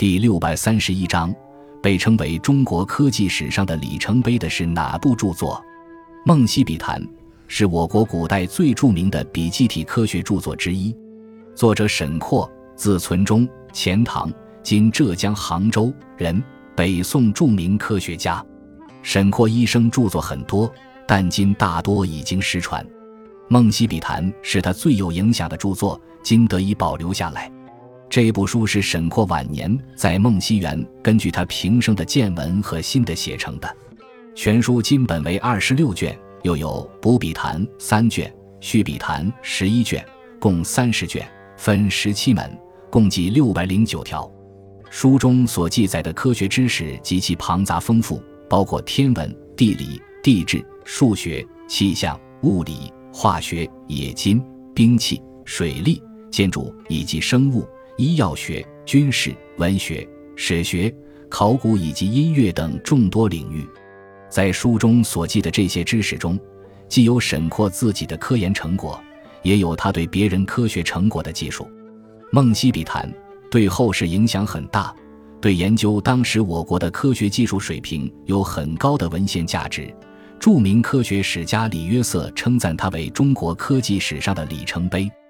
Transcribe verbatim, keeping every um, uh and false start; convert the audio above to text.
第六百三十一章，被称为中国科技史上的里程碑的是哪部著作？《梦溪笔谈》是我国古代最著名的笔记体科学著作之一，作者沈括，字存中，钱塘（今浙江杭州）人，北宋著名科学家。沈括一生著作很多，但今大多已经失传。《梦溪笔谈》是他最有影响的著作，今得以保留下来。这部书是沈括晚年在梦溪园根据他平生的见闻和心得写成的。全书今本为二十六卷，又有补笔谈三卷、续笔谈十一卷，共三十卷，分十七门，共计六百零九条。书中所记载的科学知识极其庞杂丰富，包括天文、地理、地质、数学、气象、物理、化学、冶金、兵器、水利、建筑以及生物、医药学、军事、文学、史学、考古以及音乐等众多领域。在书中所记的这些知识中，既有沈括自己的科研成果，也有他对别人科学成果的记述。《梦溪笔谈》对后世影响很大，对研究当时我国的科学技术水平有很高的文献价值。著名科学史家李约瑟称赞它为中国科技史上的里程碑。